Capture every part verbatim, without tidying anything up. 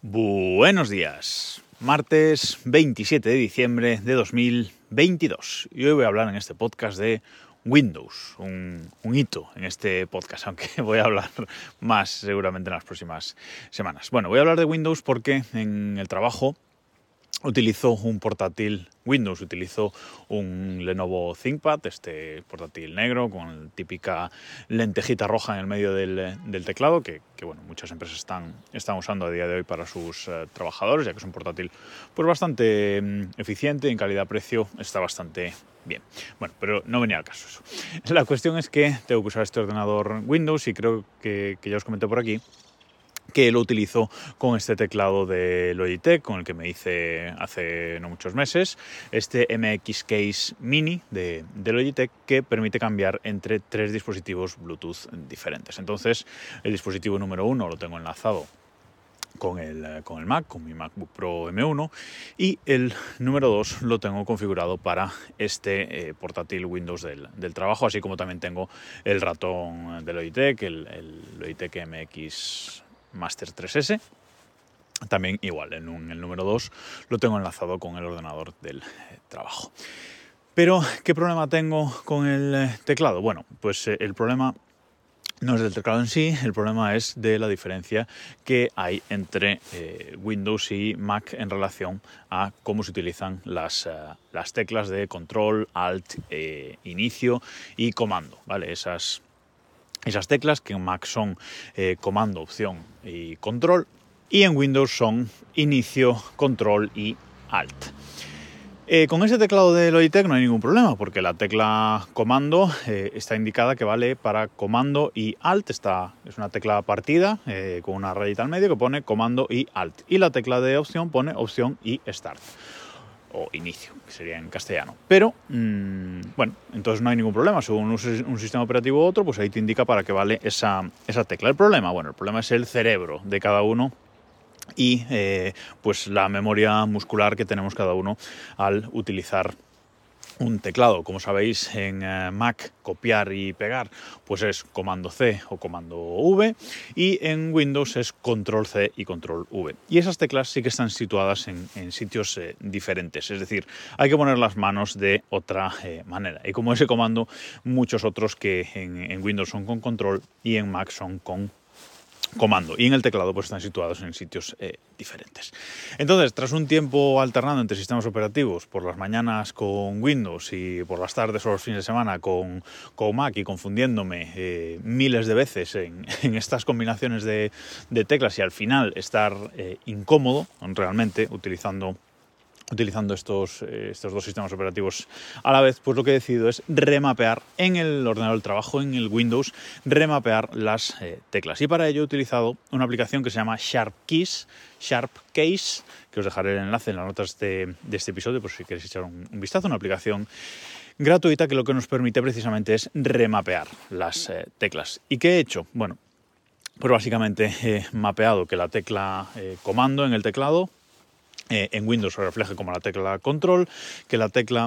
Buenos días, martes veintisiete de diciembre de dos mil veintidós y hoy voy a hablar en este podcast de Windows, un, un hito en este podcast, aunque voy a hablar más seguramente en las próximas semanas. Bueno, voy a hablar de Windows porque en el trabajo utilizo un portátil Windows, utilizo un Lenovo ThinkPad, este portátil negro con la típica lentejita roja en el medio del, del teclado, que, que bueno, muchas empresas están, están usando a día de hoy para sus eh, trabajadores, ya que es un portátil pues bastante eh, eficiente, en calidad-precio está bastante bien. Bueno, pero no venía al caso eso. La cuestión es que tengo que usar este ordenador Windows y creo que, que ya os comenté por aquí que lo utilizo con este teclado de Logitech, con el que me hice hace no muchos meses, este M X Case Mini de, de Logitech, que permite cambiar entre tres dispositivos Bluetooth diferentes. Entonces, el dispositivo número uno lo tengo enlazado con el, con el Mac, con mi MacBook Pro M uno, y el número dos lo tengo configurado para este eh, portátil Windows del, del trabajo, así como también tengo el ratón de Logitech, el, el Logitech M X Master tres ese, también igual, en, un, el número dos lo tengo enlazado con el ordenador del eh, trabajo. Pero, ¿qué problema tengo con el eh, teclado? Bueno, pues eh, el problema no es del teclado en sí, el problema es de la diferencia que hay entre eh, Windows y Mac en relación a cómo se utilizan las, uh, las teclas de control, alt, eh, inicio y comando, ¿vale? Esas Esas teclas que en Mac son eh, comando, opción y control, y en Windows son inicio, control y alt. Eh, con ese teclado de Logitech no hay ningún problema, porque la tecla comando eh, está indicada que vale para comando y alt. Está, es una tecla partida eh, con una rayita al medio que pone comando y alt. Y la tecla de opción pone opción y start, o inicio, que sería en castellano. Pero, mmm, bueno, entonces no hay ningún problema. Según uses un sistema operativo u otro, pues ahí te indica para qué vale esa, esa tecla. El problema, bueno, el problema es el cerebro de cada uno y eh, pues la memoria muscular que tenemos cada uno al utilizar un teclado. Como sabéis, en eh, Mac copiar y pegar pues es comando C o comando V, y en Windows es control C y control V. Y esas teclas sí que están situadas en, en sitios eh, diferentes, es decir, hay que poner las manos de otra eh, manera. Y como ese comando, muchos otros que en, en Windows son con control y en Mac son con comando, y en el teclado pues están situados en sitios eh, diferentes. Entonces, tras un tiempo alternando entre sistemas operativos, por las mañanas con Windows y por las tardes o los fines de semana con, con Mac, y confundiéndome eh, miles de veces en, en estas combinaciones de, de teclas, y al final estar eh, incómodo realmente utilizando utilizando estos, eh, estos dos sistemas operativos a la vez, pues lo que he decidido es remapear en el ordenador del trabajo, en el Windows, remapear las eh, teclas. Y para ello he utilizado una aplicación que se llama Sharp Keys, Sharp Case, que os dejaré el enlace en las notas de, de este episodio, por si queréis echar un, un vistazo. Una aplicación gratuita que lo que nos permite precisamente es remapear las eh, teclas. ¿Y qué he hecho? Bueno, pues básicamente he mapeado que la tecla eh, comando en el teclado Eh, en Windows se refleje como la tecla control, que la tecla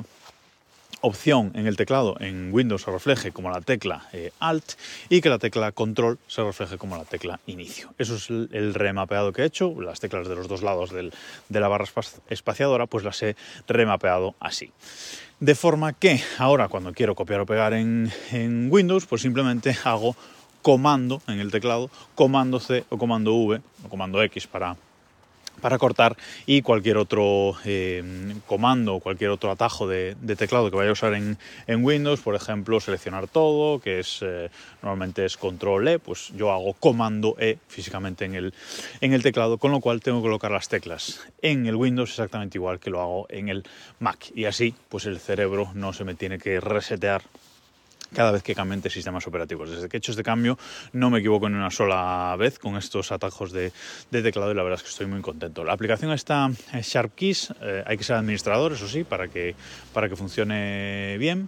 opción en el teclado en Windows se refleje como la tecla eh, alt, y que la tecla control se refleje como la tecla inicio. Eso es el, el remapeado que he hecho. Las teclas de los dos lados del, de la barra espaciadora pues las he remapeado así. De forma que ahora, cuando quiero copiar o pegar en, en Windows, pues simplemente hago comando en el teclado, comando C o comando V o comando X para para cortar, y cualquier otro eh, comando o cualquier otro atajo de, de teclado que vaya a usar en, en Windows, por ejemplo, seleccionar todo, que es eh, normalmente es control E, pues yo hago comando E físicamente en el, en el teclado, con lo cual tengo que colocar las teclas en el Windows exactamente igual que lo hago en el Mac, y así pues el cerebro no se me tiene que resetear cada vez que cambie entre sistemas operativos. Desde que he hecho este cambio no me equivoco ni una sola vez con estos atajos de, de teclado, y la verdad es que estoy muy contento. La aplicación está en Sharp Keys, eh, hay que ser administrador, eso sí, para que, para que funcione bien.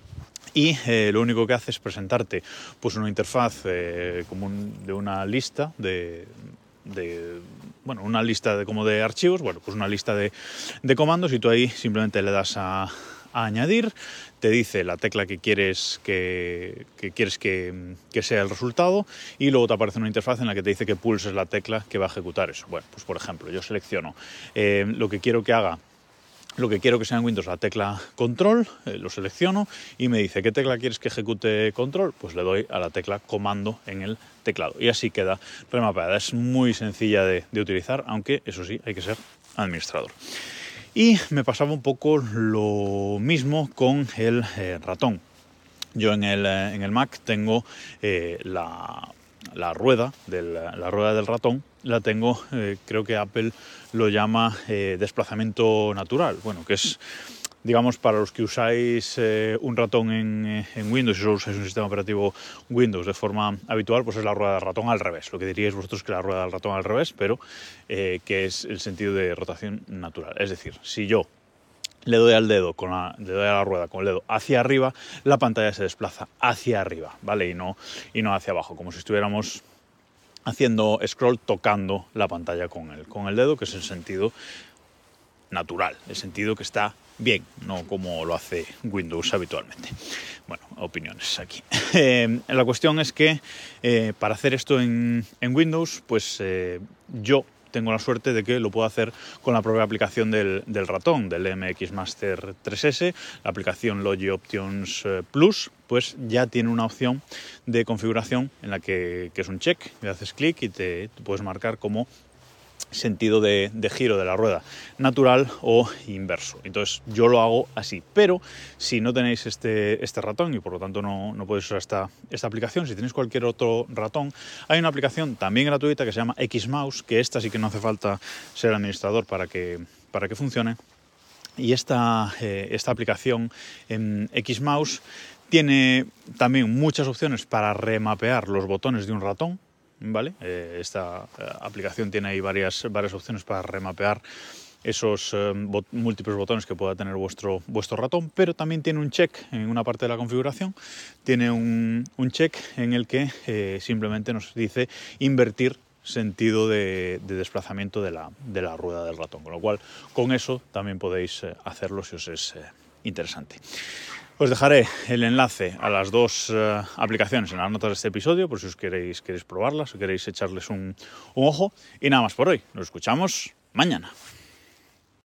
Y eh, lo único que hace es presentarte pues una interfaz eh, como un, de una lista de... de bueno, una lista de como de archivos, bueno, pues una lista de, de comandos, y tú ahí simplemente le das a a añadir, te dice la tecla que quieres que, que, quieres que, que sea el resultado y luego te aparece una interfaz en la que te dice que pulses la tecla que va a ejecutar eso. Bueno, pues por ejemplo, yo selecciono eh, lo que quiero que haga Lo que quiero que sea en Windows la tecla control, eh, lo selecciono y me dice ¿qué tecla quieres que ejecute control? Pues le doy a la tecla comando en el teclado y así queda remapeada. Es muy sencilla de, de utilizar, aunque eso sí, hay que ser administrador. Y me pasaba un poco lo mismo con el eh, ratón. Yo en el, eh, en el Mac tengo eh, la... La rueda, del, la rueda del ratón la tengo, eh, creo que Apple lo llama eh, desplazamiento natural, bueno, que es, digamos, para los que usáis eh, un ratón en, en Windows y solo usáis un sistema operativo Windows de forma habitual, pues es la rueda del ratón al revés, lo que diríais vosotros que la rueda del ratón al revés, pero eh, que es el sentido de rotación natural. Es decir, si yo le doy al dedo, con la, le doy a la rueda con el dedo hacia arriba, la pantalla se desplaza hacia arriba, ¿vale? Y no, y no hacia abajo, como si estuviéramos haciendo scroll tocando la pantalla con el, con el dedo, que es el sentido natural, el sentido que está bien, no como lo hace Windows habitualmente. Bueno, opiniones aquí. Eh, la cuestión es que eh, para hacer esto en, en Windows, pues eh, yo tengo la suerte de que lo puedo hacer con la propia aplicación del, del ratón, del M X Master tres ese, la aplicación Logi Options Plus, pues ya tiene una opción de configuración en la que, que es un check, le haces clic y te, te puedes marcar como sentido de, de giro de la rueda, natural o inverso. Entonces yo lo hago así, pero si no tenéis este, este ratón y por lo tanto no, no podéis usar esta, esta aplicación, si tenéis cualquier otro ratón, hay una aplicación también gratuita que se llama Xmouse, que esta sí que no hace falta ser administrador para que, para que funcione. Y esta, eh, esta aplicación en Xmouse tiene también muchas opciones para remapear los botones de un ratón, ¿vale? Eh, esta eh, aplicación tiene ahí varias, varias opciones para remapear esos eh, bot- múltiples botones que pueda tener vuestro, vuestro ratón, pero también tiene un check en una parte de la configuración, tiene un, un check en el que eh, simplemente nos dice invertir sentido de, de desplazamiento de la, de la rueda del ratón, con lo cual con eso también podéis eh, hacerlo si os es eh, interesante. Os dejaré el enlace a las dos uh, aplicaciones en las notas de este episodio, por si os queréis, queréis probarlas o queréis echarles un, un ojo. Y nada más por hoy. Nos escuchamos mañana.